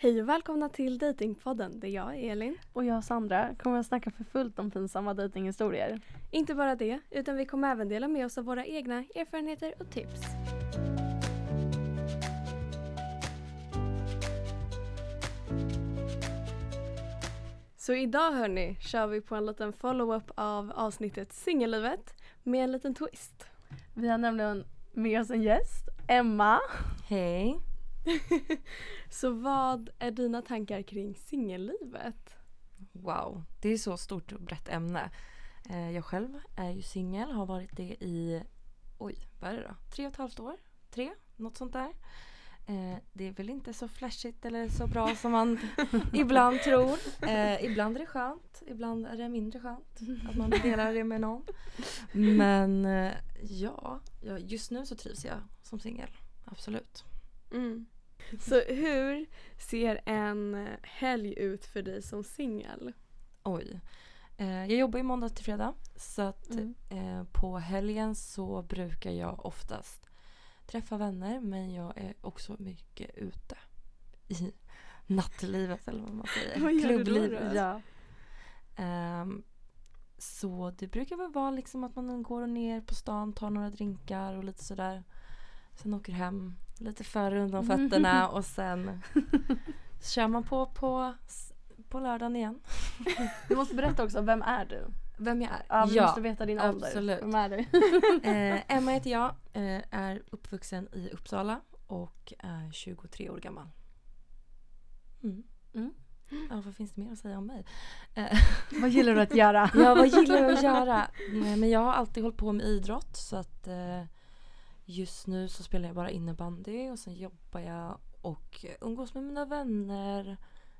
Hej och välkomna till Datingpodden. Det är jag, Elin. Och jag, Sandra, kommer att snacka för fullt om pinsamma datinghistorier. Inte bara det, utan vi kommer även dela med oss av våra egna erfarenheter och tips. Så idag hörni, kör vi på en liten follow-up av avsnittet Singellivet med en liten twist. Vi har nämligen med oss en gäst, Emma. Hej. Så vad är dina tankar kring singellivet? Wow, det är så stort och brett ämne. Jag själv är ju singel, har varit det i, vad är det då? 3,5 år? 3? Något sånt där. Det är väl inte så flashigt eller så bra som man ibland tror. Ibland är det skönt, ibland är det mindre skönt att man delar det med någon. Men ja, just nu så trivs jag som singel, absolut. Mm. Så hur ser en helg ut för dig som singel? Jag jobbar ju måndag till fredag. Så att på helgen så brukar jag oftast träffa vänner. Men jag är också mycket ute i nattlivet eller vad man säger. Vad gör klubblivet. du då? Ja. Så det brukar väl vara liksom att man går ner på stan, tar några drinkar och lite sådär. Sen åker hem lite för undan fötterna och sen kör man på lördagen igen. Du måste berätta också, vem är du? Vem jag är? Ja, vi måste veta din ålder. Absolut. Vem är du? Emma heter jag, är uppvuxen i Uppsala och är 23 år gammal. Ja, vad finns det mer att säga om mig? Vad gillar du att göra? Ja, vad gillar jag att göra? Men jag har alltid hållit på med idrott så att just nu så spelar jag bara innebandy och sen jobbar jag och umgås med mina vänner.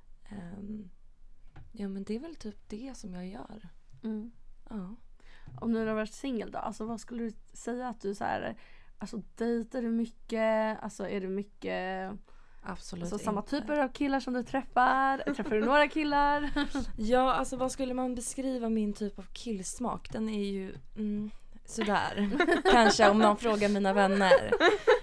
Ja, men det är väl typ det som jag gör. Ja. Om du har varit singel då, alltså vad skulle du säga att du så här, alltså dejtar du mycket, alltså är du mycket, Absolut alltså inte. samma typer av killar som du träffar du några killar? Ja, alltså vad skulle man beskriva min typ av killsmak? Den är ju sådär. Kanske om någon frågar mina vänner.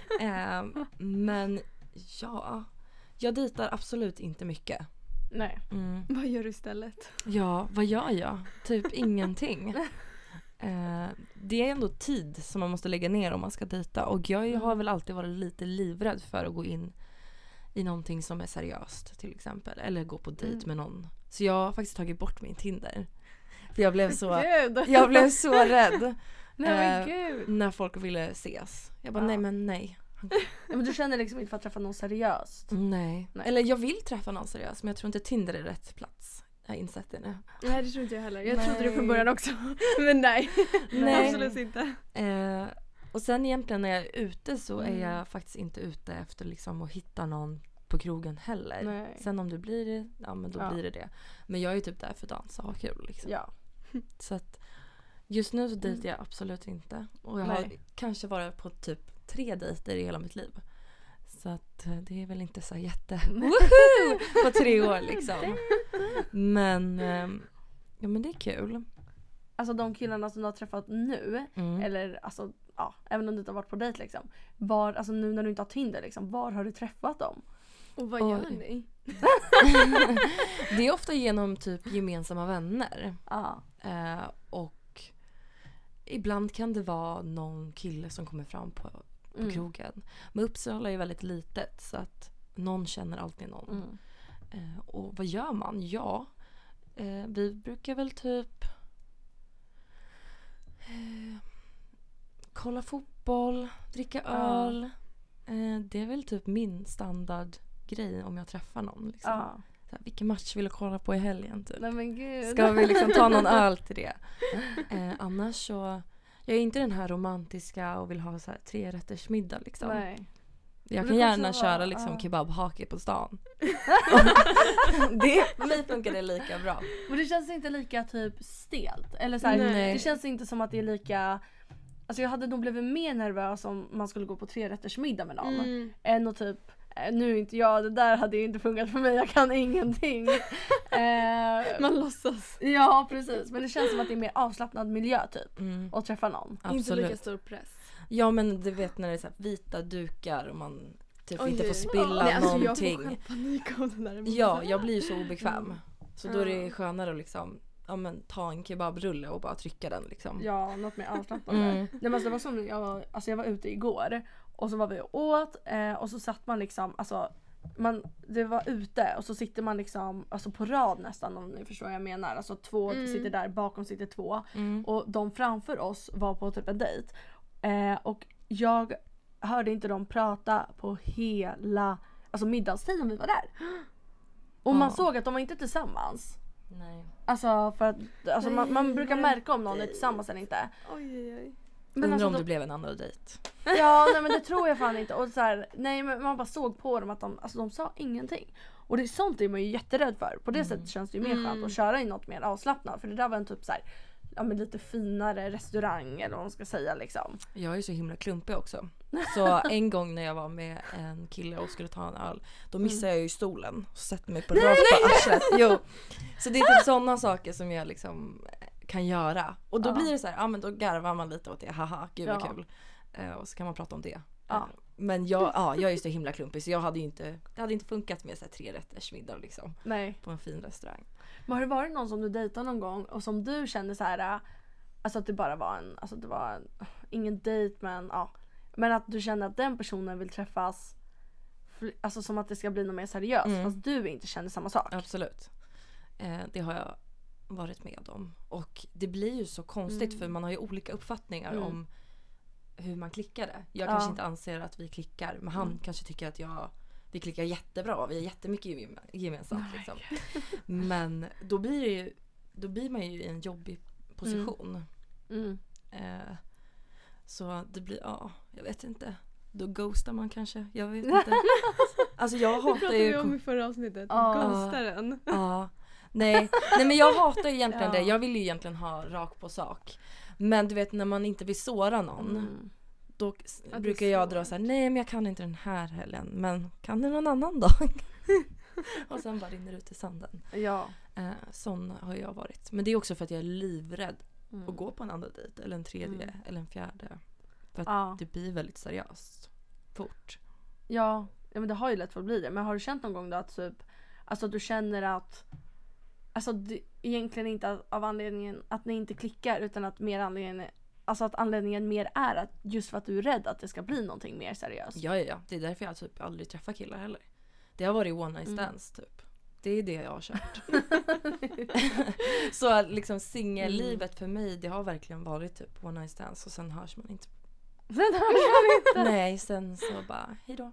Men ja, jag dejtar absolut inte mycket. Nej. Vad gör du istället? Ja, vad gör jag? Typ ingenting. Det är ändå tid som man måste lägga ner om man ska dejta. Och jag har väl alltid varit lite livrädd för att gå in i någonting som är seriöst till exempel. Eller gå på dejt med någon. Så jag har faktiskt tagit bort min Tinder. För jag blev så rädd. Nej, men gud. När folk ville ses. Jag bara nej. Ja, men du känner liksom inte för att träffa någon seriöst? Nej. Eller jag vill träffa någon seriöst. Men jag tror inte Tinder är rätt plats. Jag har insett det nu. Nej, det tror inte jag heller. Jag trodde det från början också. Men nej. Absolut inte. Och sen egentligen när jag är ute så är jag faktiskt inte ute efter liksom att hitta någon på krogen heller. Nej. Sen om det blir det, ja men då blir det. Men jag är ju typ där för att dansa och ha kul liksom. Ja. Så att just nu så dejtar jag absolut inte. Och jag har kanske varit på typ 3 dejter i hela mitt liv. Så att det är väl inte så på 3 år liksom. Men ja, men det är kul. Alltså de killarna som du har träffat nu, eller alltså, ja, även om du inte har varit på dejt liksom, var, alltså nu när du inte har Tinder liksom, var har du träffat dem? Och vad gör ni? Det är ofta genom typ gemensamma vänner. Och ibland kan det vara någon kille som kommer fram på krogen. Men Uppsala är väldigt litet så att någon känner alltid någon. Och vad gör man? Ja, vi brukar väl typ kolla fotboll, dricka öl. Det är väl typ min standardgrej om jag träffar någon. Liksom. Så här, vilken match vill du kolla på i helgen? Typ. Nej, men gud. Ska vi liksom ta någon öl till det? Annars så... Jag är inte den här romantiska och vill ha så här 3-rättersmiddag liksom. Nej. Jag kan gärna köra liksom kebabhake på stan. För mig funkar det lika bra. Men det känns inte lika typ stelt. Eller så här, det känns inte som att det är lika... Alltså jag hade nog blivit mer nervös om man skulle gå på 3-rättersmiddag med någon. Än att typ... Nu är inte jag, det där hade ju inte funkat för mig, jag kan ingenting. Man låtsas. Ja, precis. Men det känns som att det är mer avslappnad miljö typ. Att träffa någon. Absolut. Inte lika stor press. Ja, men du vet när det är så här vita dukar och man typ inte få spilla någonting. Jag får panik av den där. Ja, jag blir ju så obekväm. Så då är det skönare att liksom ta en kebabrulle och bara trycka den liksom. Ja, något mer avslappnande. Det var som jag var ute igår och så var vi och åt och så satt man liksom det var ute och så sitter man liksom på rad nästan, om ni förstår vad jag menar. Alltså två sitter där, bakom sitter två och de framför oss var på typ en dejt. Och jag hörde inte dem prata på hela middagstiden vi var där. Och man såg att de var inte tillsammans. Nej. Alltså för att man brukar märka om någon är tillsammans eller inte. Oj. Men undrar om det blev en annan dejt. Ja, nej men det tror jag fan inte. Och så här, nej men man bara såg på dem att de sa ingenting. Och det är sånt är man ju jätterädd för. På det sättet känns det ju mer skönt att köra i något mer avslappnat. För det där var en typ så här, men lite finare restaurang eller vad man ska säga liksom. Jag är ju så himla klumpig också. Så en gång när jag var med en kille och skulle ta en öl, då missade jag ju stolen och satte mig på rakt på arslet. Jo. Så det är typ sådana saker som jag liksom kan göra. Och då blir det så här, men då garvar man lite åt det. Haha, gud vad kul. Och så kan man prata om det. Men jag är ju så himla klumpig, så det hade inte funkat med så här 3-rätters middag liksom. Nej. På en fin restaurang. Men har det varit någon som du dejtade någon gång och som du kände så här, att det bara var ingen dejt, men att du kände att den personen vill träffas, som att det ska bli något mer seriöst, fast du inte känner samma sak? Absolut. Det har jag varit med om. Och det blir ju så konstigt för man har ju olika uppfattningar om hur man klickade. Jag kanske inte anser att vi klickar, men han kanske tycker att vi klickar jättebra. Vi har jättemycket gemensamt liksom. Men då blir man ju i en jobbig position. Så det blir, jag vet inte. Då ghostar man kanske. Jag vet inte. Alltså jag hatar ju... Det pratade vi om i förra avsnittet. Ghostaren. Nej, men jag hatar ju egentligen det. Jag vill ju egentligen ha rak på sak. Men du vet, när man inte vill såra någon, då brukar jag dra så här: nej men jag kan inte den här helgen, men kan det någon annan dag? Och sen bara rinner ut i sanden. Ja. Sån har jag varit. Men det är också för att jag är livrädd att gå på en andra dejt, eller en tredje, eller en fjärde. För att det blir väldigt seriöst fort. Ja, men det har ju lätt för att bli det. Men har du känt någon gång då att typ, att du känner att egentligen inte av anledningen att ni inte klickar, utan att mer anledningen, att anledningen mer är att just för att du är rädd att det ska bli någonting mer seriöst. Ja. Det är därför jag typ aldrig träffar killar heller. Det har varit one night stands typ. Det är det jag har kört. Så liksom singellivet för mig, det har verkligen varit typ one night stands, och sen hörs man inte. Nej, sen så bara hejdå.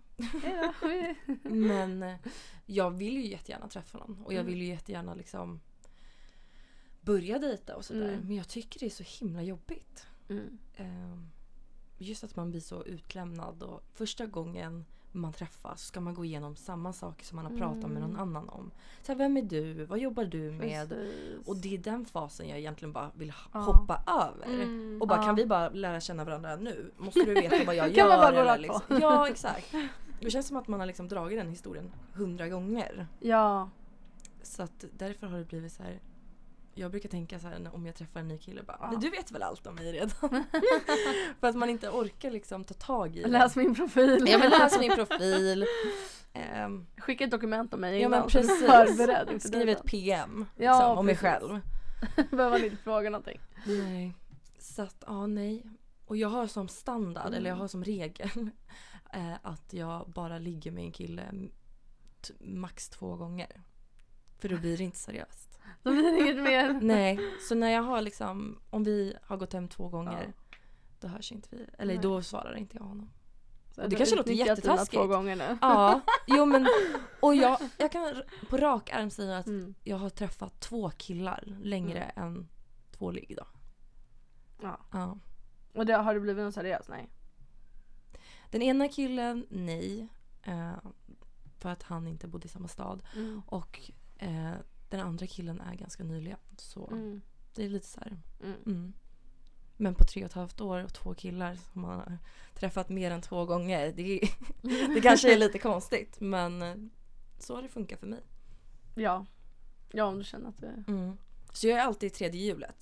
Men jag vill ju jättegärna träffa någon, och jag vill ju jättegärna liksom börja dejta och sådär. Men jag tycker det är så himla jobbigt. Just att man blir så utlämnad, och första gången man träffas ska man gå igenom samma saker som man har pratat med någon annan om. Så här, vem är du? Vad jobbar du med? Precis. Och det är den fasen jag egentligen bara vill hoppa över. Och bara, kan vi bara lära känna varandra nu? Måste du veta vad jag gör? Kan man bara gå eller rakt liksom? på? Ja, exakt. Det känns som att man har liksom dragit den historien 100 gånger. Ja. Så att därför har det blivit så här. Jag brukar tänka så här, om jag träffar en ny kille, bara, du vet väl allt om mig redan. För att man inte orkar liksom ta tag i det. Läs min profil. Ja, men läs min profil. Skicka ett dokument om mig. Ja, men precis. Förberedd. Skriv ett PM liksom, om mig själv. Behöver man inte fråga någonting. Nej. Så att, nej. Och jag har som standard, eller jag har som regel, att jag bara ligger med en kille max 2 gånger. För då blir det inte seriöst. Då blir det inget mer. Nej, så när jag har liksom, om vi har gått hem 2 gånger, då hörs inte vi. Eller då svarar inte jag honom. Och det kanske låter jättetaskigt. 2 gånger nu. Ja, jo men, och jag kan på rak arm säga att jag har träffat 2 killar längre än 2 ligg då. Ja. Och det, har det blivit något seriöst? Nej. Den ena killen, nej. För att han inte bodde i samma stad. Och den andra killen är ganska nyligen. Så det är lite så här. Men på 3,5 år och 2 killar som man har träffat mer än 2 gånger. Det kanske är lite konstigt. Men så har det funkat för mig. Ja, om du känner att det... Så jag är alltid i 3:e hjulet.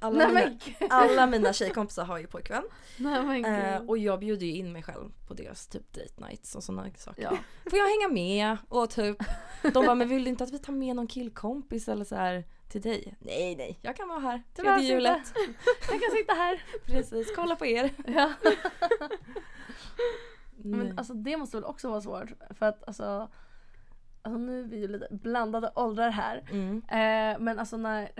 alla mina tjejkompisar har ju pojkvän. Nej, och jag bjuder ju in mig själv på deras typ date nights och sådana saker. Ja. Får jag hänga med? Och typ, de bara, men vill du inte att vi tar med någon killkompis eller så här till dig? Nej, jag kan vara här. Tredje hjulet. Jag kan sitta här. Precis, kolla på er. Ja. Men alltså det måste väl också vara svårt. För att alltså nu är vi ju lite blandade åldrar här. Men alltså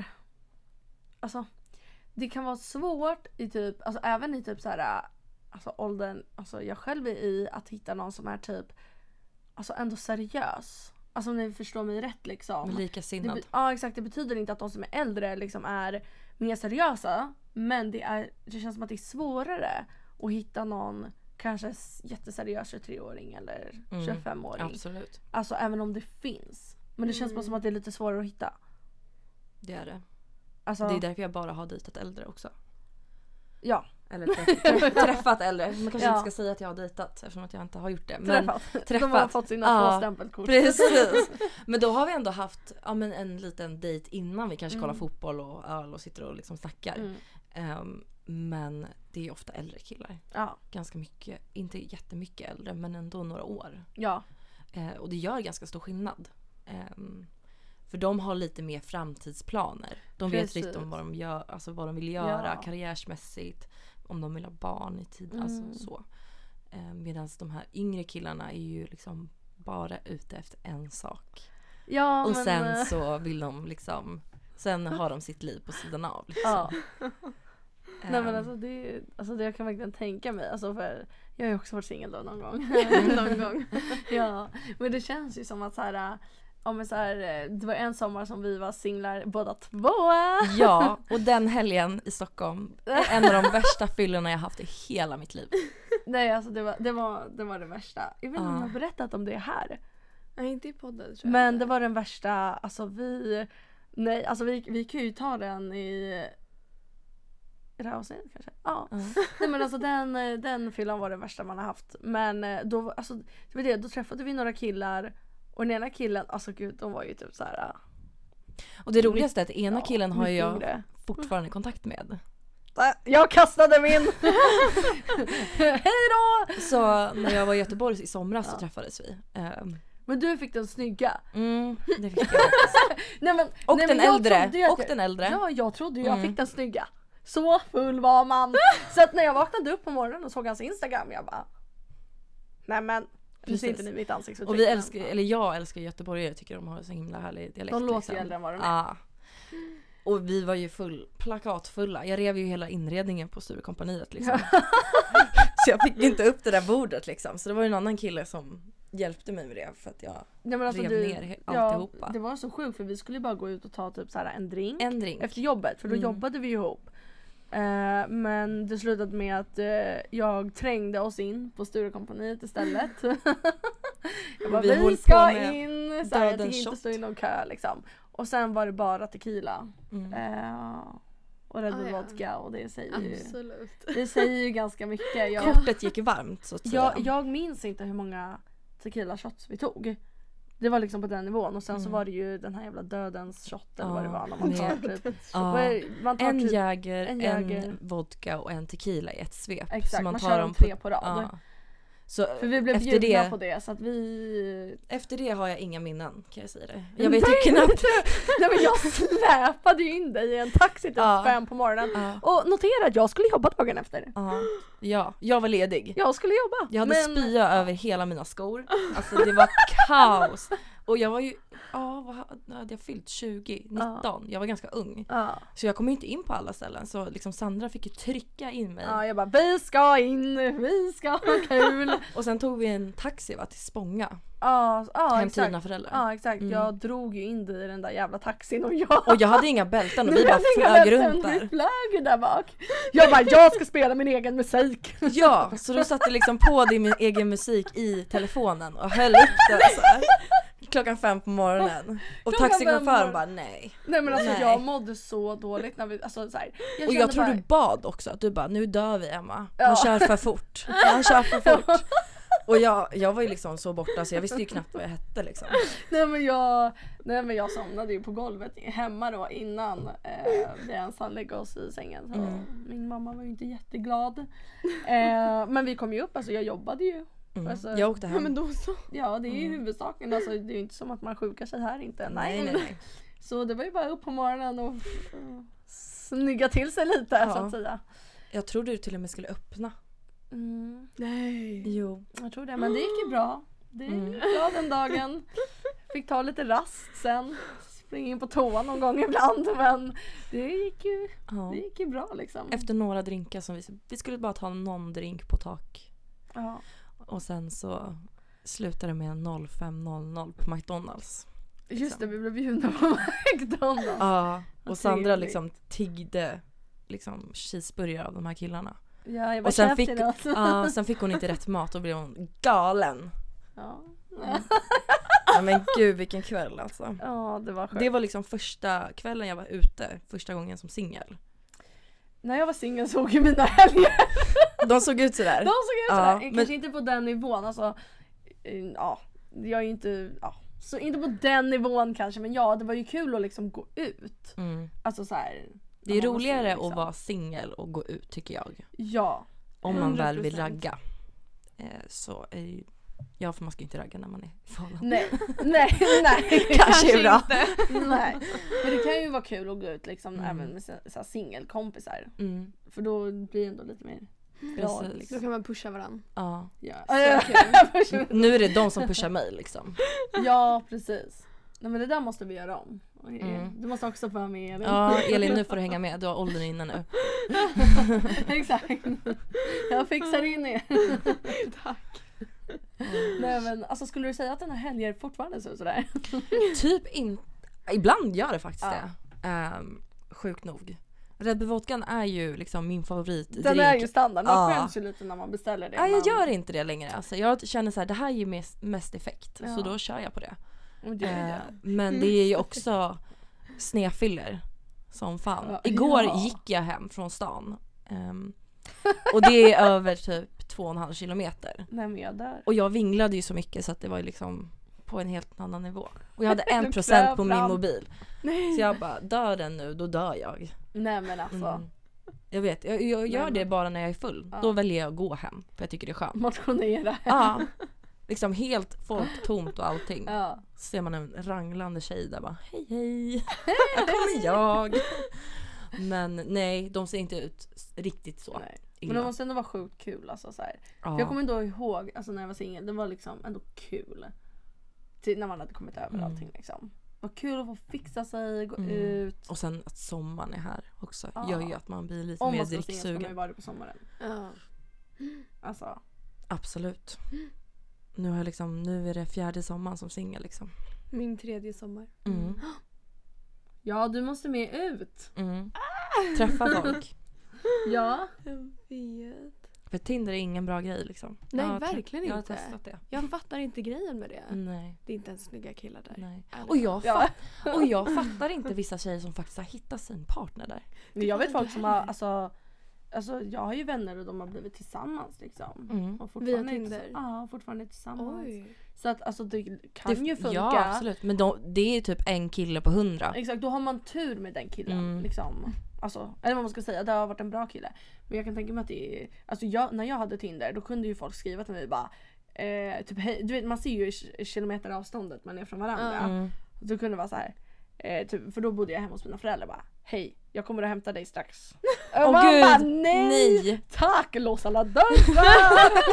alltså det kan vara svårt i typ, alltså även i typ så här, alltså åldern, alltså jag själv är i att hitta någon som är typ, alltså ändå seriös. Alltså om ni förstår mig rätt liksom. Likasinnad. Ja exakt, det betyder inte att de som är äldre liksom är mer seriösa. Men det känns som att det är svårare att hitta någon kanske jätteseriös 23-åring eller 25-åring. Absolut. Alltså även om det finns. Men det känns bara som att det är lite svårare att hitta. Det är det. Alltså, det är därför jag bara har dejtat äldre också. Ja. Eller träffat äldre. Man kanske inte ska säga att jag har dejtat eftersom att jag inte har gjort det. Men träffat. De har fått sina 2 stämpelkort. Precis. Men då har vi ändå haft en liten dejt innan vi kanske kollar fotboll och öl och sitter och liksom snackar. Men det är ofta äldre killar. Ja. Ganska mycket, inte jättemycket äldre men ändå några år. Ja. Och det gör ganska stor skillnad. För de har lite mer framtidsplaner. De vet lite om vad de gör, alltså vad de vill göra karriärsmässigt, om de vill ha barn i tid, alltså så. Medan de här yngre killarna är ju liksom bara ute efter en sak. Ja, och sen så vill de liksom, sen har de sitt liv på sidan av liksom. Ja. Nej men alltså det jag kan verkligen tänka mig, alltså för jag har ju också varit singel då någon gång. Ja, men det känns ju som att så här, men så här, det var en sommar som vi var singlar båda 2. Ja, och den helgen i Stockholm är en av de värsta fyllorna jag haft i hela mitt liv. Nej, alltså det var det värsta. Jag vet inte om jag har berättat om det här. Nej, inte i podden tror jag. Men det var den värsta, alltså vi kan ju ta den i det här avsnittet kanske. Ja. Nej men alltså den fyllan var den värsta man har haft. Men då, alltså det var det, då träffade vi några killar. Och den ena killen, alltså gud, de var ju typ så här. Och det roligaste är att ena killen har jag fortfarande kontakt med. Jag kastade min. Hej då! Så när jag var i Göteborg i somras så träffades vi. Men du fick den snygga. Det fick jag. Den äldre. Ja, jag trodde jag fick den snygga. Så full var man. Så att när jag vaknade upp på morgonen och såg hans Instagram, jag bara, nej men nu ser inte ni mitt ansiktsuttryck. Och jag älskar Göteborg. Jag tycker de har så himla härlig dialekt. De låter ju äldre än vad de är. Och vi var ju plakatfulla. Jag rev ju hela inredningen på Sturecompagniet liksom. Så jag fick inte upp det där bordet liksom. Så det var ju en annan kille som hjälpte mig med det för att jag rev ner alltihopa. Det var så sjukt för vi skulle bara gå ut och ta typ så här en drink efter jobbet. För då jobbade vi ihop. Men det slutade med att jag trängde oss in på Sturecompagniet istället. Jag bara, vi ska in! Så jag fick inte stå i någon kö liksom. Och sen var det bara tequila. Och Red Bull vodka. Och det säger ju ganska mycket. Kortet gick varmt så att säga. Jag minns inte hur många tequila shots vi tog. Det var liksom på den nivån. Och sen så var det ju den här jävla dödens shot eller vad det var. När man tar typ, man tar en jäger, en vodka och en tequila i ett svep. Exakt, så man tar dem 3 på rad. Så för vi blev bjudna på det så att vi... Efter det har jag inga minnen, kan jag säga det. Jag vet ju knappt. Nej men jag släpade ju in dig i en taxi till 5 på morgonen. Och notera att jag skulle jobba dagen efter. Ja, jag var ledig. Jag skulle jobba. Jag hade spya över hela mina skor. Alltså det var kaos. Och jag var ju, vad hade jag fyllt? 19. Jag var ganska ung. Så jag kom inte in på alla ställen. Så liksom Sandra fick ju trycka in mig. Jag bara, vi ska in, vi ska ha kul. Och sen tog vi en taxi till Spånga. Hem till dina föräldrar. Ja, exakt. Jag drog ju in dig i den där jävla taxin och jag hade inga bälten och vi bara flög runt där. Vi flög där bak. Jag bara, jag ska spela min egen musik. Ja, så du satte liksom på din egen musik i telefonen och höll upp den så här. 5:00 på morgonen. Och taxichauffören bara nej. Nej men alltså jag mådde så dåligt när vi, alltså så här, jag tror du bad också att du bara, nu dör vi Emma. Han kör för fort. Han kör för fort. Och jag var ju liksom så borta så jag visste ju knappt vad jag hette liksom. Nej men jag somnade ju på golvet hemma då innan vi ens hann lägga oss i sängen. Så min mamma var ju inte jätteglad. Men vi kom ju upp, alltså jag jobbade ju. Alltså, jag åkte hem. Ja, men då så. Ja, det är ju huvudsaken. Alltså, det är ju inte som att man sjukar sig här inte. Nej. Så det var ju bara upp på morgonen och snygga till sig lite så att säga. Jag trodde du till och med skulle öppna. Nej. Jo. Jag tror det, men det gick ju bra. Det gick bra den dagen. Fick ta lite rast sen. Springa in på toan någon gång ibland. Men det gick ju bra liksom. Efter några drinkar som vi skulle bara ta någon drink på tak. Ja. Och sen så slutade det med 05:00 på McDonalds. Liksom. Just det, vi blev bjudna på McDonalds. Ja, och Sandra liksom tiggde liksom cheeseburgare av de här killarna. Ja, jag och sen fick hon inte rätt mat och blev hon galen. Ja. Ja men gud vilken kväll alltså. Ja, det var skönt. Det var liksom första kvällen jag var ute, första gången som singel. När jag var singel såg ju mina helger. De såg ut sådär. Kanske inte på den nivån. Alltså, jag är inte... Ja. Så inte på den nivån kanske. Men ja, det var ju kul att liksom gå ut. Alltså så här, det är roligare liksom att vara singel och gå ut tycker jag. Ja. Om man väl vill ragga. Så är ju... Ja, för man ska ju inte ragga när man är i förhållande. Nej. Kanske är bra. Nej. Men det kan ju vara kul att gå ut liksom även med så singelkompisar. För då blir det ändå lite mer glad. Liksom. Då kan man pusha varandra. Ja. Nu är det de som pushar mig liksom. Ja, precis. Nej, men det där måste vi göra om. Du måste också få med Elin. Ja, Elin, nu får du hänga med. Du har åldern inne nu. Exakt. Jag fixar in er. Tack. Nej men alltså skulle du säga att den här helgen fortfarande så sådär? Typ inte. Ibland gör det faktiskt det. Sjukt nog. Red Bull vodkan är ju liksom min favoritdrink. Den är ju standard. Man skäms ju lite när man beställer det. Nej, jag gör inte det längre. Alltså, jag känner så här, det här ger mest effekt. Ja. Så då kör jag på det. Det. Men det är ju också snefyller som fan. Igår gick jag hem från stan. Och det är över typ 2,5 kilometer. Nej, men jag dör. Och jag vinglade ju så mycket så att det var liksom på en helt annan nivå. Och jag hade 1% på min mobil. Nej. Så jag bara, dör den nu, då dör jag. Nej men alltså. Jag vet, jag gör det bara när jag är full. Då väljer jag att gå hem, för jag tycker det är skönt. Motionera. Ja, liksom helt folktomt och allting. Ja. Så ser man en ranglande tjej där bara, hej, här kommer jag. Men nej, de ser inte ut riktigt så. Nej. Men det måste ändå vara sjukt kul alltså, så här. För jag kommer ändå ihåg alltså, när jag var singel, det var liksom ändå kul till när man hade kommit över allting liksom. Det var kul att få fixa sig, gå ut. Och sen att sommaren är här också gör ju att man blir lite mer mer dricksugen. Om man vara på sommaren. Ja. Alltså. Absolut. Nu är det 4:e sommaren som singel liksom. Min 3:e sommar. Ja, du måste med ut. Träffa folk. Ja. Jag vet. För Tinder är ingen bra grej liksom. Nej, verkligen inte. Jag har testat det. Jag fattar inte grejen med det. Nej. Det är inte ens snygga killar där. Nej. Och jag fattar inte vissa tjejer som faktiskt har hittat sin partner där. Men jag vet folk som har alltså jag har ju vänner och de har blivit tillsammans liksom. Och via Tinder? Ja, fortfarande tillsammans. Oj. Så att alltså det kan ju funka. Ja, absolut. Men det är ju typ en kille på 100. Exakt, då har man tur med den killen liksom. Alltså, eller vad man ska säga, det har varit en bra kille. Men jag kan tänka mig att det är, alltså när jag hade Tinder, då kunde ju folk skriva till mig bara typ, hej, du vet man ser ju kilometer avståndet man är från varandra. Så kunde det vara så här typ, för då bodde jag hemma hos mina föräldrar bara, hej, jag kommer att hämta dig strax. Och man gud, bara, nej! Tack, lås alla dörrar!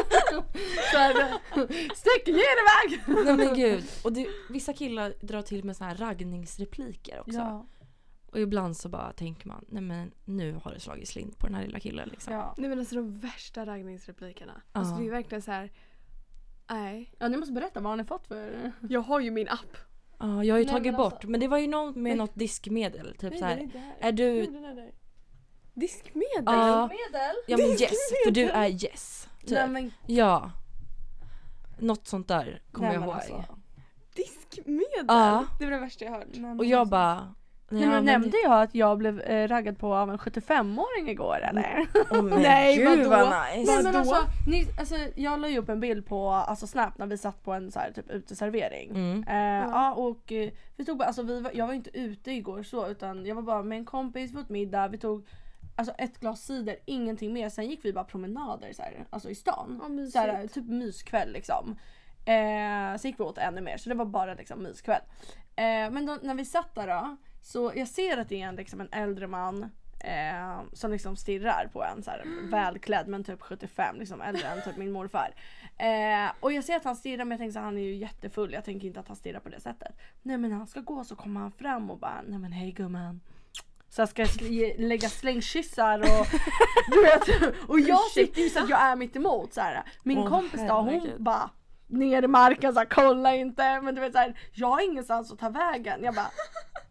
Stick, ge det iväg! Nej men gud, och vissa killar drar till med så här raggningsrepliker också. Ja. Och ibland så bara tänker man, nej men nu har det slagit slint på den här lilla killen liksom. Ja. Nej men alltså de värsta raggningsreplikerna. Alltså det är verkligen så här. Nej. Ja, ni måste berätta vad har ni fått för. Jag har ju min app. Ja, jag har ju tagit bort. Alltså, men det var ju någon med något diskmedel. Typ så här. Är du... Diskmedel? Diskmedel? Ja men yes, för du är yes. Typ. Nej, men... Ja. Något sånt där kommer jag ihåg. Diskmedel? Ja. Det var det värsta jag hört. Och jag bara, Nej, men nämnde jag att jag blev raggad på av en 75-åring igår eller? Nej, gud vad nice. Nej, men alltså, jag la ju upp en bild på alltså, Snap när vi satt på en så här, typ uteservering. Ja, och vi tog bara, alltså, jag var inte ute igår så, utan jag var bara med en kompis, vi åt middag, vi tog alltså, ett glas cider, ingenting mer. Sen gick vi bara promenader så här, alltså, i stan. Så här, typ myskväll liksom. Så gick vi åt ännu mer, så det var bara liksom, myskväll. Men då, när vi satt där då, så jag ser att det är liksom, en äldre man som liksom stirrar på en så här, välklädd men typ 75, liksom äldre än typ min morfar. Och jag ser att han stirrar, men jag tänker så han är ju jättefull, jag tänker inte att han stirrar på det sättet. Nej, men han ska gå, så kommer han fram och bara, nej men hej gumman. Så jag ska lägga slängkyssar och du vet, och jag sitter ju så att jag är mitt emot så här. Min kompis då, hon bara ner i marken så här, kolla inte, men du vet så här, jag har ingenstans att ta vägen. Jag bara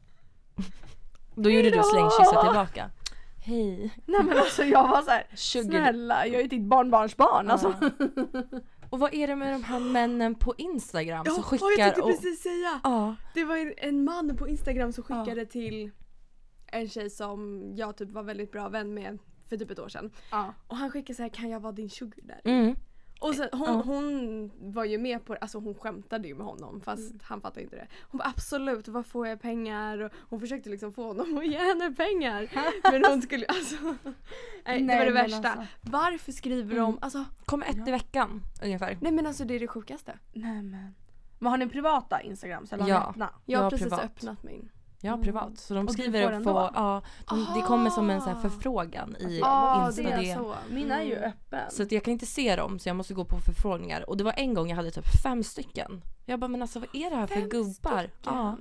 då gjorde du slängkyssar tillbaka. Hej. Nej, men alltså jag var så här, snälla, jag är ditt barnbarnsbarn alltså. Och vad är det med de här männen på Instagram som skickar? Jag tänkte precis säga. Det var en man på Instagram som skickade till en tjej som jag typ var väldigt bra vän med för typ ett år sedan. Och han skickade så här, kan jag vara din sugar daddy? Och sen, hon var ju med på det, alltså hon skämtade ju med honom fast han fattade inte det. Hon bara absolut, vad får jag pengar? Och hon försökte liksom få honom att ge henne pengar. Men hon skulle, alltså nej, det var det värsta. Alltså. Varför skriver de, alltså kommer ett i veckan ungefär. Nej men alltså det är det sjukaste. Nej men har ni privata Instagrams eller jag har precis öppnat min. Ja, privat. Så de skriver på det kommer som en så här förfrågan i Insta. Det är så. Min är ju öppen. Så att jag kan inte se dem, så jag måste gå på förfrågningar. Och det var en gång jag hade typ 5 stycken. Jag bara, men alltså vad är det här för gubbar? Ja.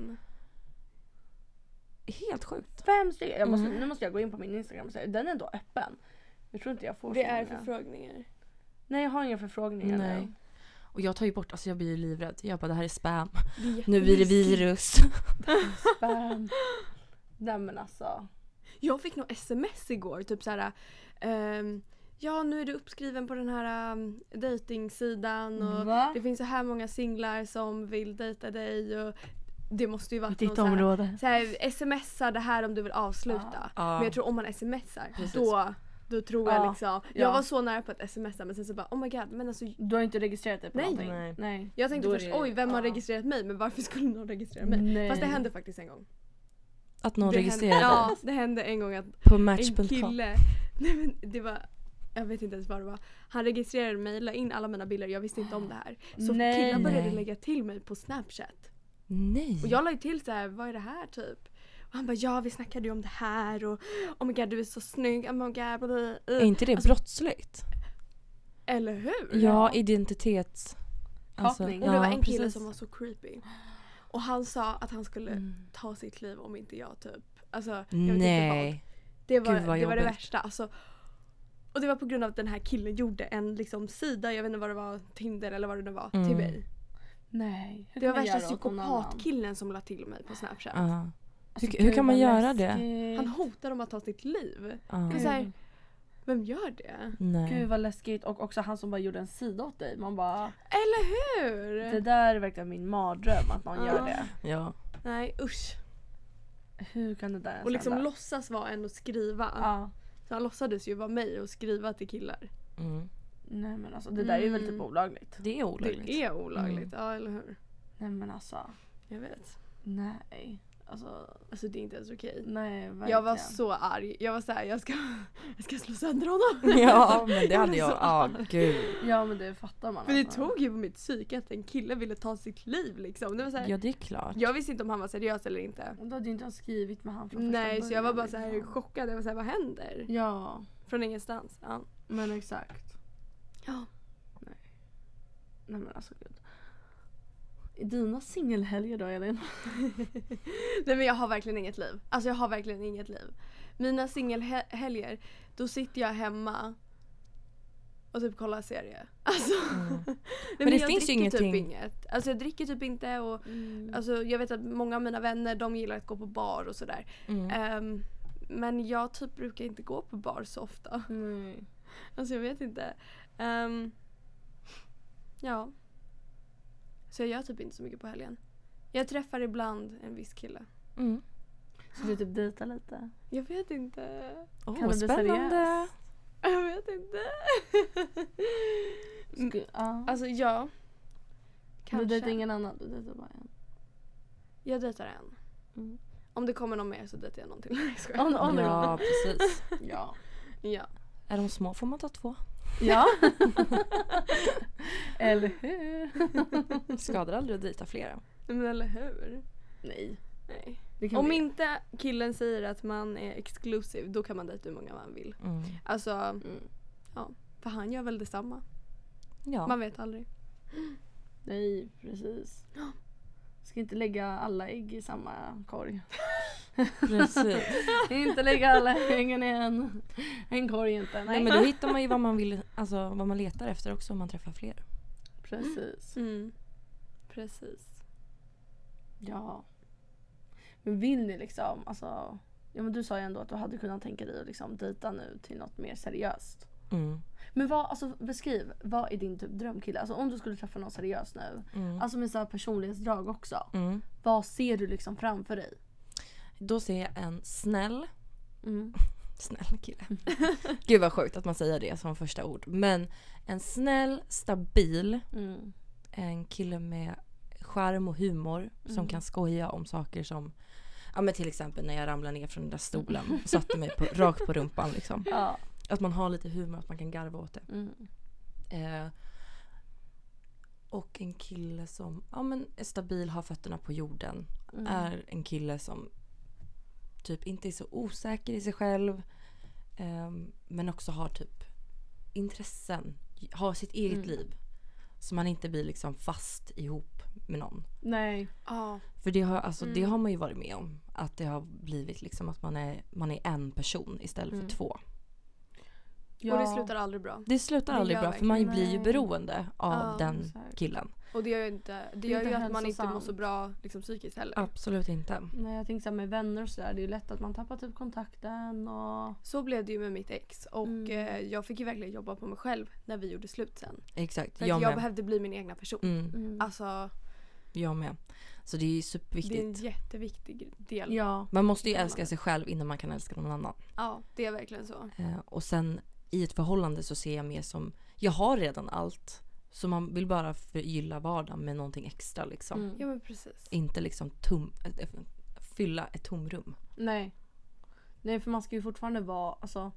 Helt sjukt. 5 stycken. Nu måste jag gå in på min Instagram och säga, den är ändå öppen. Jag tror inte jag får det är förfrågningar. Nej, jag har inga förfrågningar. Nej. Och jag tar ju bort, alltså jag blir livrädd. Jag bara, det här är spam. Nu blir det virus. Spam. Nej men alltså. Jag fick nog sms igår, typ såhär. Ja, nu är du uppskriven på den här datingsidan och det finns så här många singlar som vill dejta dig och det måste ju vara ditt område. Så här, smsar det här om du vill avsluta. Men jag tror om man smsar då tror jag liksom. Jag var så nära på att smsa, men sen så bara oh my god, men alltså du har inte registrerat dig på någonting. Nej. Jag tänkte först vem har registrerat mig, men varför skulle någon registrera mig? Nej. Fast det hände faktiskt en gång. Att någon registrerade? Ja, det hände en gång att på Match.com. En kille, nej men det var, jag vet inte ens vad det var. Han registrerade mig, la in alla mina bilder, jag visste inte om det här. Så killar började lägga till mig på Snapchat. Nej. Och jag la ju till så här, vad är det här typ? Och han bara, ja vi snackade ju om det här och oh my god du är så snygg, oh my god. Är inte det brottsligt? Eller hur? Ja, identitets... Alltså, och det var en kille som var så creepy. Och han sa att han skulle ta sitt liv om inte jag typ. Alltså, jag vet inte vad. Det var det värsta. Alltså, och det var på grund av att den här killen gjorde en liksom sida, jag vet inte vad det var, Tinder eller vad det nu var, till mig. Nej. Det var värsta psykopatkillen som la till mig på Snapchat. Alltså, hur kan man göra det? Han hotar om att ta sitt liv. Så här, vem gör det? Nej. Gud vad läskigt. Och också han som bara gjorde en sida åt dig. Man bara... Eller hur? Det där är verkligen min mardröm att någon gör det. Ja. Nej, usch. Hur kan det där och liksom låtsas vara en och skriva. Så han låtsades ju vara mig och skriva till killar. Nej men alltså det där är väl typ olagligt. Det är olagligt. Det är olagligt, ja eller hur? Nej men alltså. Jag vet. Nej. Alltså det är inte ens okej. Nej, verkligen. Jag var så arg. Jag var såhär, jag ska slå sönder honom. Ja, men det hade jag. Gud. Ja, men det fattar man. Men det tog ju på mitt psyke att en kille ville ta sitt liv liksom. Det var så här, ja, det är klart. Jag visste inte om han var seriös eller inte. Och då hade ju inte skrivit med han från första början. Nej, så jag var bara så här chockad. Jag var så här, vad händer? Ja. Från ingenstans. Ja. Men exakt. Ja. Nej men alltså gud. Dina singelhelger då, Elin? Nej men jag har verkligen inget liv. Alltså jag har verkligen inget liv. Mina singelhelger, då sitter jag hemma och typ kollar serie. Alltså. Men det finns ju ingenting. Typ inget. Alltså jag dricker typ inte och alltså jag vet att många av mina vänner, de gillar att gå på bar och sådär. Men jag typ brukar inte gå på bar så ofta. Alltså jag vet inte. Ja. Så jag gör typ inte så mycket på helgen. Jag träffar ibland en viss kille. Så du typ dejtar lite? Jag vet inte. Kan det bli spännande. Jag vet inte. Alltså ja. Kanske. Du dejtar ingen annan? Du dejtar bara en? Jag dejtar en. Om det kommer någon mer så dejtar jag någon till. Ja, precis. Ja. Är de små får man ta 2. Ja. Eller hur? Skadar aldrig att dejta flera. Men eller hur? Nej. Om inte killen säger att man är exclusive, då kan man dejta hur många man vill. Alltså, ja. För han gör väl detsamma. Ja. Man vet aldrig. Nej, precis. Ska inte lägga alla ägg i samma korg. Precis. Inte lägga alla äggen i en korg inte. Nej, men då hittar man ju vad man vill, alltså vad man letar efter också om man träffar fler. Precis. Precis. Ja. Men vill ni liksom, alltså, ja men du sa ju ändå att du hade kunnat tänka dig att liksom dejta nu till något mer seriöst. Men beskriv, vad är din typ drömkille? Alltså om du skulle träffa någon seriös nu, alltså med så här personlighetsdrag också. Vad ser du liksom framför dig? Då ser jag en snäll kille. Gud vad sjukt att man säger det som första ord. Men en snäll, stabil, en kille med charm och humor som kan skoja om saker som, ja men till exempel när jag ramlade ner från den där stolen och satte mig rakt på rumpan liksom. Ja. Att man har lite humor, att man kan garva åt det. Och en kille som är stabil, har fötterna på jorden. Är en kille som typ inte är så osäker i sig själv. Men också har typ intressen. Har sitt eget liv. Så man inte blir liksom fast ihop med någon. Nej. För det har man ju varit med om. Att det har blivit liksom att man är en person istället för 2. Ja. Och det slutar aldrig bra. Det slutar aldrig bra för man blir ju beroende av den killen. Och det gör ju att man inte mår så bra liksom, psykiskt heller. Absolut inte. Nej, jag tänker så här med vänner och sådär, det är ju lätt att man tappar typ kontakten och... Så blev det ju med mitt ex. Och jag fick ju verkligen jobba på mig själv när vi gjorde slut sen. Exakt. För jag behövde bli min egna person. Alltså... Jag med. Så det är ju superviktigt. Det är en jätteviktig del. Ja. Man måste ju älska sig själv innan man kan älska någon annan. Ja, det är verkligen så. Och sen i ett förhållande så ser jag mer som, jag har redan allt. Så man vill bara förgylla vardagen med någonting extra liksom. Ja men precis. Inte liksom fylla ett tomrum. Nej, för man ska ju fortfarande vara alltså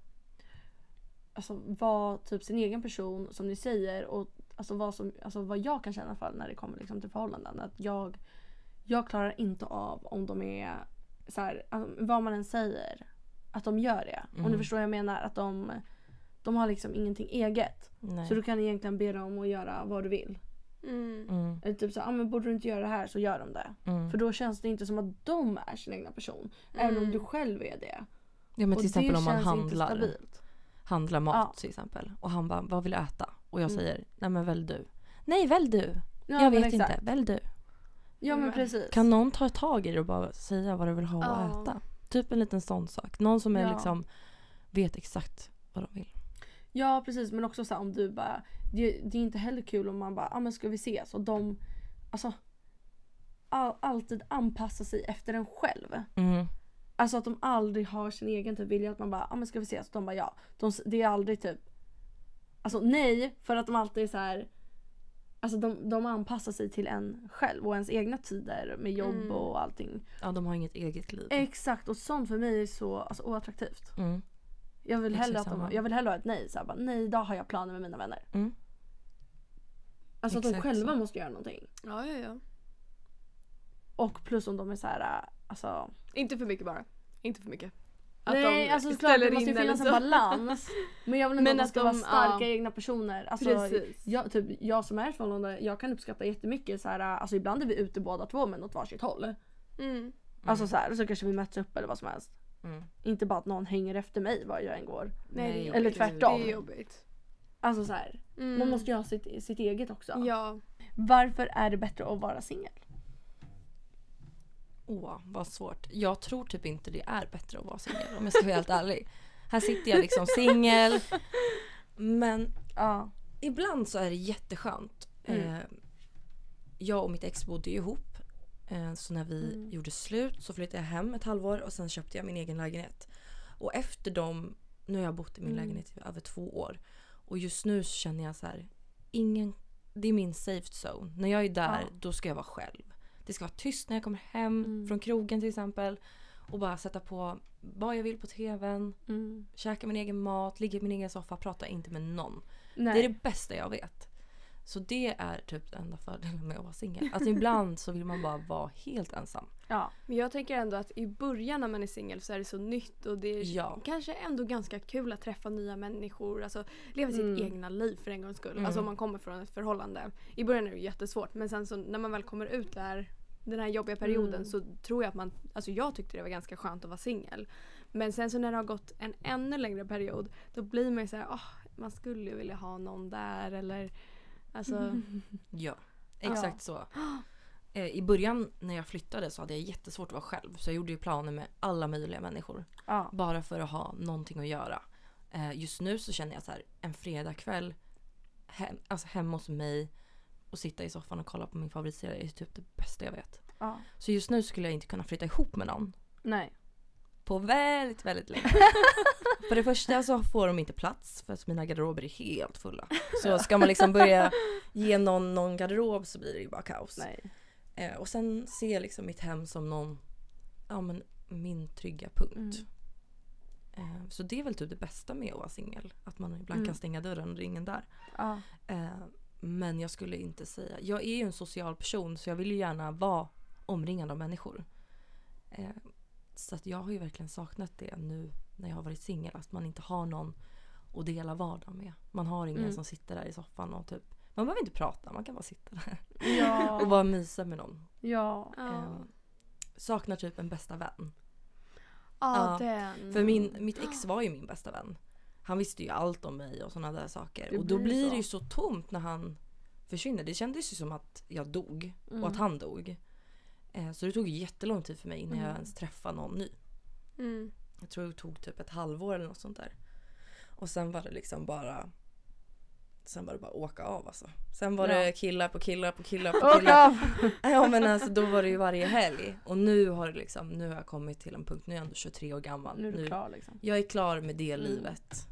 vara typ sin egen person som ni säger. Och vad jag kan känna i alla fall när det kommer liksom till förhållanden. Att jag klarar inte av om de är så här, vad man än säger. Att de gör det. Och nu förstår jag menar att de har liksom ingenting eget. Nej. Så du kan egentligen be dem att göra vad du vill. Eller typ så, men borde du inte göra det här så gör de det. För då känns det inte som att de är sin egna person. Även om du själv är det. Ja men till exempel om man handlar mat Ja. till exempel. Och han bara, vad vill du äta? Och jag säger, nej men välj du. Nej, välj du. Ja, jag vet exakt. inte, välj du. Ja men precis. Kan någon ta tag i det och bara säga vad du vill ha att äta? Typ en liten sån sak. Någon som är liksom vet exakt vad de vill. Ja precis, men också så här, om du bara det är inte heller kul om man bara men ska vi ses och de alltså alltid anpassar sig efter en själv. Alltså att de aldrig har sin egen typ vilja att man bara men ska vi ses och de bara ja. Det är aldrig typ alltså nej, för att de alltid är så här alltså de anpassar sig till en själv och ens egna tider med jobb och allting. Ja, de har inget eget liv. Exakt, och sånt för mig är så oattraktivt. Jag vill hellre ha ett nej. Så här, bara, nej, idag har jag planer med mina vänner. Alltså att de själva måste göra någonting. Ja. Och plus om de är så här, alltså... Inte för mycket bara. Inte för mycket. Att nej, alltså klart det måste ju finnas en balans. Men jag vill inte att de ska vara starka egna personer. Alltså, jag som är ett förhållande, jag kan uppskatta jättemycket så här, alltså ibland är vi ute båda två men åt varsitt håll. Alltså så här, så kanske vi möts upp eller vad som helst. Inte bara att någon hänger efter mig var jag än går. Nej, eller tvärtom. Det är jobbigt. Alltså så här, man måste ju ha sitt eget också. Ja. Varför är det bättre att vara singel? Vad svårt. Jag tror typ inte det är bättre att vara singel om jag ska vara helt ärlig. Här sitter jag liksom singel. Men ibland så är det jätteskönt. Jag och mitt ex bodde ihop. Så när vi gjorde slut så flyttade jag hem ett halvår och sen köpte jag min egen lägenhet. Och efter nu har jag bott i min lägenhet i över 2 år. Och just nu så känner jag så här, det är min safe zone. När jag är där, då ska jag vara själv. Det ska vara tyst när jag kommer hem från krogen till exempel. Och bara sätta på vad jag vill på tvn. Käka min egen mat, ligga i min egen soffa, prata inte med någon. Nej. Det är det bästa jag vet. Så det är typ den enda fördelen med att vara singel. Att ibland så vill man bara vara helt ensam. Ja. Men jag tänker ändå att i början när man är singel så är det så nytt. Och det är kanske ändå ganska kul att träffa nya människor. Alltså leva sitt egna liv för en gångs skull. Alltså om man kommer från ett förhållande. I början är det jättesvårt. Men sen så när man väl kommer ut den här jobbiga perioden så tror jag att alltså jag tyckte det var ganska skönt att vara singel. Men sen så när det har gått en ännu längre period, då blir man ju så här, man skulle ju vilja ha någon där eller alltså. Ja, exakt så. I början när jag flyttade så hade jag jättesvårt att vara själv. Så jag gjorde ju planer med alla möjliga människor. Bara för att ha någonting att göra. Just nu så känner jag så här, en fredagkväll hemma hos mig och sitta i soffan och kolla på min favoritserie är typ det bästa jag vet. Så just nu skulle jag inte kunna flytta ihop med någon. Nej. På väldigt, väldigt länge. För det första så får de inte plats för att mina garderober är helt fulla. Så ska man liksom börja ge någon garderob så blir det ju bara kaos. Nej. Och sen ser jag liksom mitt hem som min trygga punkt. Så det är väl typ det bästa med att vara singel. Att man ibland kan stänga dörren och det är ingen där. Men jag skulle inte säga... Jag är ju en social person så jag vill ju gärna vara omringad av människor. Så att jag har ju verkligen saknat det nu när jag har varit singel. Att man inte har någon att dela vardag med. Man har ingen som sitter där i soffan och typ... Man behöver inte prata, man kan bara sitta där. Och bara mysa med någon. Saknar typ en bästa vän. För mitt ex var ju min bästa vän. Han visste ju allt om mig och sådana där saker. Och då blir det ju så tomt när han försvinner. Det kändes ju som att jag dog och att han dog. Så det tog jättelång tid för mig innan jag ens träffade någon ny. Jag tror det tog typ ett halvår eller något sånt där. Och sen var det liksom bara... Sen var det bara åka av alltså. Sen var det killar på killar. Ja men alltså då var det ju varje helg. Och nu har jag kommit till en punkt. Nu är jag ändå 23 år gammal. Nu är du klar liksom. Jag är klar med det livet.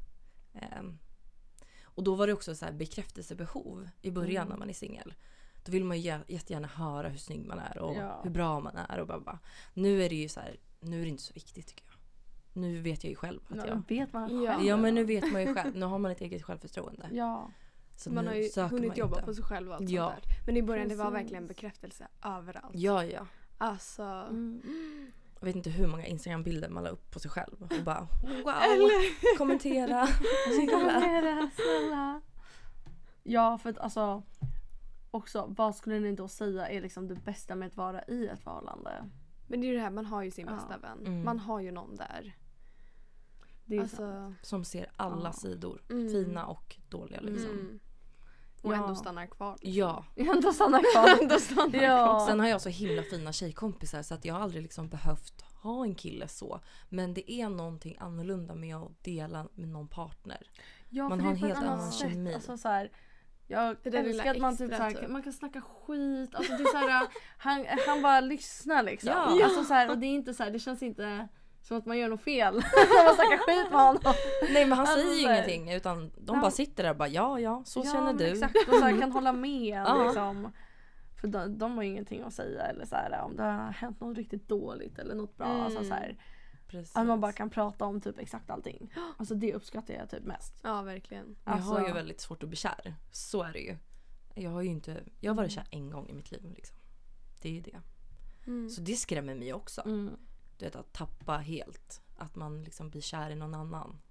Och då var det också så här bekräftelsebehov i början när man är singel. Då vill man ju jättegärna höra hur snygg man är och hur bra man är och bara. Nu är det ju så här, nu är det inte så viktigt tycker jag. Nu vet jag ju själv att jag vet man själv. Ja men nu vet man ju själv. Nu har man ett eget självförtroende. Ja. Så man har ju hunnit jobba på sig själv och allt sånt där. Men i början det var verkligen bekräftelse överallt. Ja. Alltså. Jag vet inte hur många Instagram-bilder man la upp på sig själv. Och bara wow, kommentera. Kommentera, snälla. Ja, för att alltså också, vad skulle ni då säga är liksom det bästa med att vara i ett förhållande? Men det är ju det här, man har ju sin bästa vän. Man har ju någon där. Det är alltså, som ser alla sidor. Fina och dåliga liksom. Och ändå stannar kvar. Liksom. Ja. Ändå stannar kvar. Sen har jag så himla fina tjejkompisar så att jag har aldrig liksom behövt ha en kille så. Men det är någonting annorlunda med att dela med någon partner. Ja, man har en helt annan kemi. Alltså så här, jag älskar att man typ så här, man kan snacka skit. Alltså det är så här, han bara lyssnar liksom. Ja. Alltså så här, och det är inte så här, det känns inte som att man gör något fel. Man snackar skit med honom. Nej men han säger ju ingenting utan de bara sitter där och bara ja så känner du. Exakt, och så här, kan hålla med liksom. För de har ju ingenting att säga eller så här, om det har hänt något riktigt dåligt eller något bra. Alltså så här, att man bara kan prata om typ exakt allting. Alltså det uppskattar jag typ mest. Ja verkligen. Alltså, jag har ju väldigt svårt att bli kär. Så är det ju. Jag har varit kär en gång i mitt liv liksom. Det är ju det. Så det skrämmer mig också. Du vet, att tappa helt. Att man liksom blir kär i någon annan.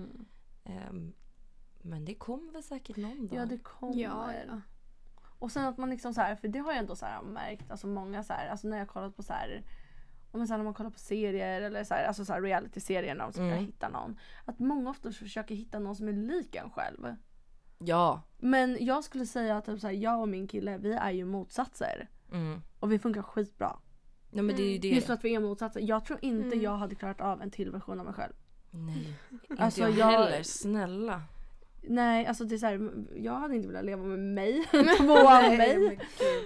Men det kommer väl säkert någon dag. Ja, det kommer. Ja. Och sen att man liksom så här, för det har jag ändå så här märkt, alltså många så här, alltså när jag kollat på så här, om när man kollar på serier eller så här, alltså så här reality-serier när de ska hitta någon, att många ofta försöker hitta någon som är lik en själv. Ja. Men jag skulle säga att typ så här, jag och min kille, vi är ju motsatser. Och vi funkar skitbra. Ja, men det är ju det. Just för att vi är motsatser. Jag tror inte jag hade klarat av en till version av mig själv. Nej, alltså inte jag heller. Snälla. Nej, alltså det är så här, jag hade inte velat leva med mig. Två av mig.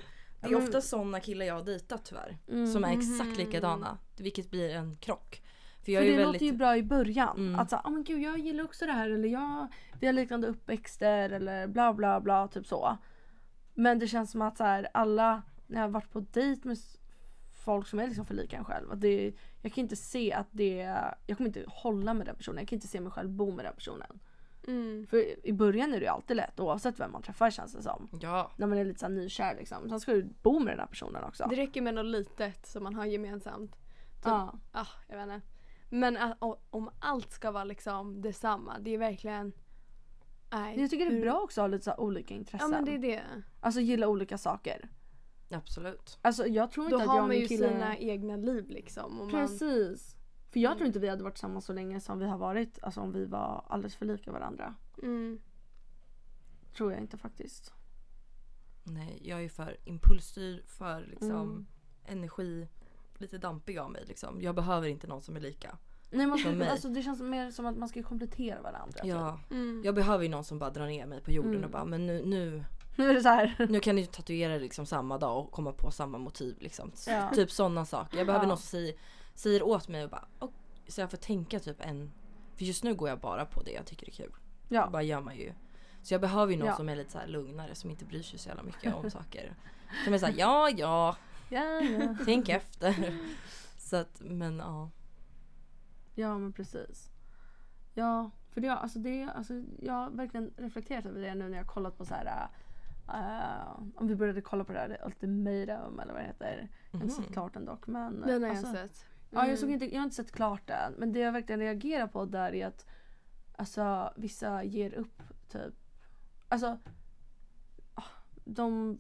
Det är ofta sådana killar jag har dejtat tyvärr. Som är exakt likadana. Vilket blir en krock. För det låter ju bra i början. Att säga, men gud, jag gillar också det här. Eller vi har liknande uppväxter. Eller bla bla bla, typ så. Men det känns som att så här, alla, när jag har varit på dejt med folk som är liksom för lika en själv. Att jag kan inte se att jag kommer inte hålla med den personen. Jag kan inte se mig själv bo med den personen. För i början är det ju alltid lätt, oavsett vem man träffar, känns det som. Ja. När man är lite så här nykär liksom. Sen ska du bo med den här personen också. Det räcker med något litet som man har gemensamt. Jag vet inte. Men om allt ska vara liksom detsamma, det är verkligen... Jag tycker det är bra också att ha lite så här olika intressen. Ja, men det är det. Alltså gilla olika saker. Absolut. Alltså jag tror inte då att har jag och man min ju kille... sina egna liv liksom. Och precis. För jag tror inte vi hade varit tillsammans så länge som vi har varit. Alltså om vi var alldeles för lika varandra. Tror jag inte faktiskt. Nej, jag är för impulsstyrd, för liksom energi, lite dampig av mig liksom. Jag behöver inte någon som är lika. Nej, alltså det känns mer som att man ska komplettera varandra. Ja, jag behöver ju någon som bara drar ner mig på jorden och bara, men nu är det så här. Nu kan ni tatuera liksom samma dag och komma på samma motiv liksom. Ja. Typ sådana saker. Jag behöver någon som säger åt mig och bara, så jag får tänka typ för just nu går jag bara på det jag tycker är kul. Ja. Det bara gör man ju. Så jag behöver ju någon som är lite så här lugnare, som inte bryr sig så jävla mycket om saker. Som är så här, ja. Tänk efter. Så att, men ja. Ja, men precis. Ja, för jag har verkligen reflekterat över det nu när jag har kollat på så här om vi började kolla på det här Ultimatum eller vad det heter. Jag har inte sett klart den dock, men den har jag sett. Ja, jag har inte sett klart den, men det jag verkligen reagerar på där är att alltså vissa ger upp typ, alltså de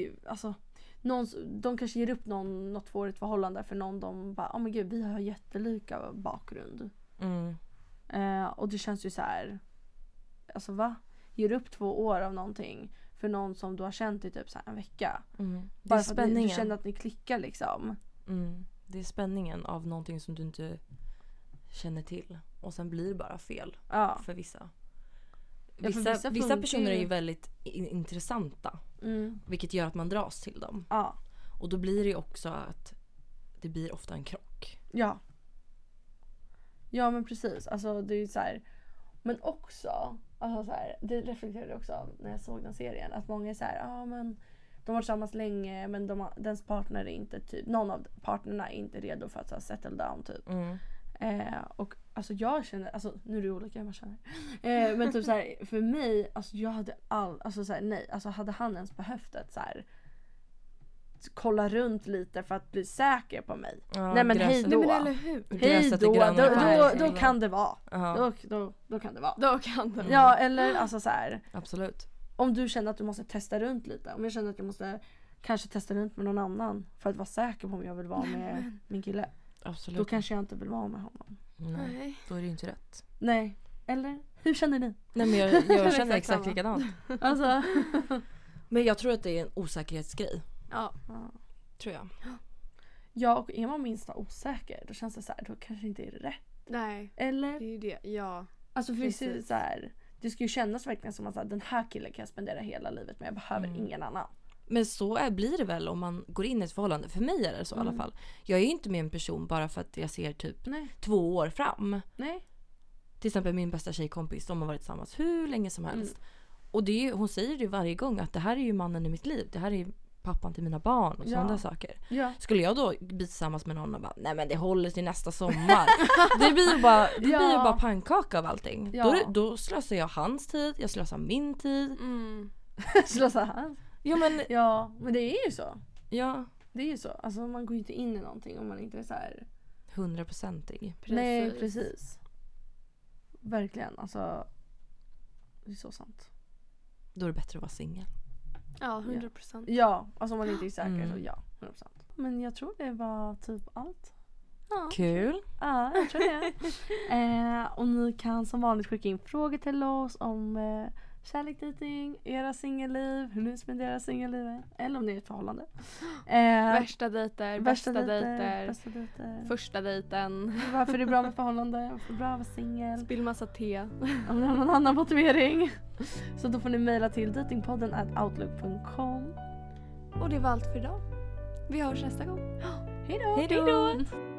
kanske ger upp något tvåårigt förhållande för någon de bara, men gud, vi har jättelika bakgrund. Och det känns ju så här, alltså va? Ger upp 2 år av någonting för någon som du har känt i typ så här en vecka. Det är bara spänningen. för att du känner att ni klickar liksom. Det är spänningen av någonting som du inte känner till. Och sen blir det bara fel för vissa. Vissa personer är ju väldigt intressanta. Vilket gör att man dras till dem. Och då blir det ju också att det blir ofta en krock. Ja, men precis. Alltså det är ju så här. Men också, alltså så här, det reflekterade också när jag såg den serien. Att många är så här, men de har varit tillsammans länge, men dens partner är inte typ, någon av partnerna är inte redo för att så här, settle down typ. Och alltså jag känner, alltså nu är det olika hur man känner. Men typ så här, för mig, alltså jag hade alltså så här, nej, alltså hade han ens behövt ett så här kolla runt lite för att bli säker på mig. Nej men hej då. Nej, men eller hur? Hej då kan det vara. Då kan det vara. Då kan det vara. Ja, eller alltså så här. Absolut. Om du känner att du måste testa runt lite. Om jag känner att jag måste kanske testa runt med någon annan för att vara säker på om jag vill vara med min kille. Absolut. Då kanske jag inte vill vara med honom. Nej. Då är det ju inte rätt. Nej. Eller? Hur känner ni? Nej, men jag känner exakt likadant. Alltså. Men jag tror att det är en osäkerhetsgrej. Ja. Tror jag. Ja, och är man minsta osäker, då känns det så här, då kanske inte är rätt. Nej. Eller? Det är ju det, ja. Alltså för det är så här, det ska ju kännas verkligen som att så här, den här killen kan jag spendera hela livet men jag behöver ingen annan. Men så blir det väl om man går in i ett förhållande. För mig är det så i alla fall. Jag är ju inte med en person bara för att jag ser typ 2 år fram. Nej. Till exempel min bästa tjejkompis, de har varit tillsammans hur länge som helst. Och det är ju, hon säger det varje gång att det här är ju mannen i mitt liv. Det här är pappan till mina barn och sådana saker. Ja. Skulle jag då bli tillsammans med någon och bara, nej men det håller till nästa sommar. det blir ju bara pannkaka av allting. Ja. Då slösar jag hans tid, jag slösar min tid. Slösar hans? Ja men det är ju så. Ja. Det är ju så. Alltså man går ju inte in i någonting om man inte är så här 100%ig. Nej, precis. Verkligen, alltså det är så sant. Då är det bättre att vara singel. Ja, 100%. Ja, alltså om man inte är säker så 100%. Men jag tror det var typ allt. Ja. Kul. Ja, jag tror det. Och ni kan som vanligt skicka in frågor till oss om kärlek, dating, era singelliv, hur ni spenderar singellivet, eller om ni är i ett förhållande. Värsta dejter, bästa dejter, första dejten. Varför det är bra med förhållande, varför det är bra att vara singel. Spill massa te. Om ni har någon annan motivering. Så då får ni mejla till datingpodden@outlook.com. Och det var allt för idag. Vi hörs nästa gång. Hej då! Hej då!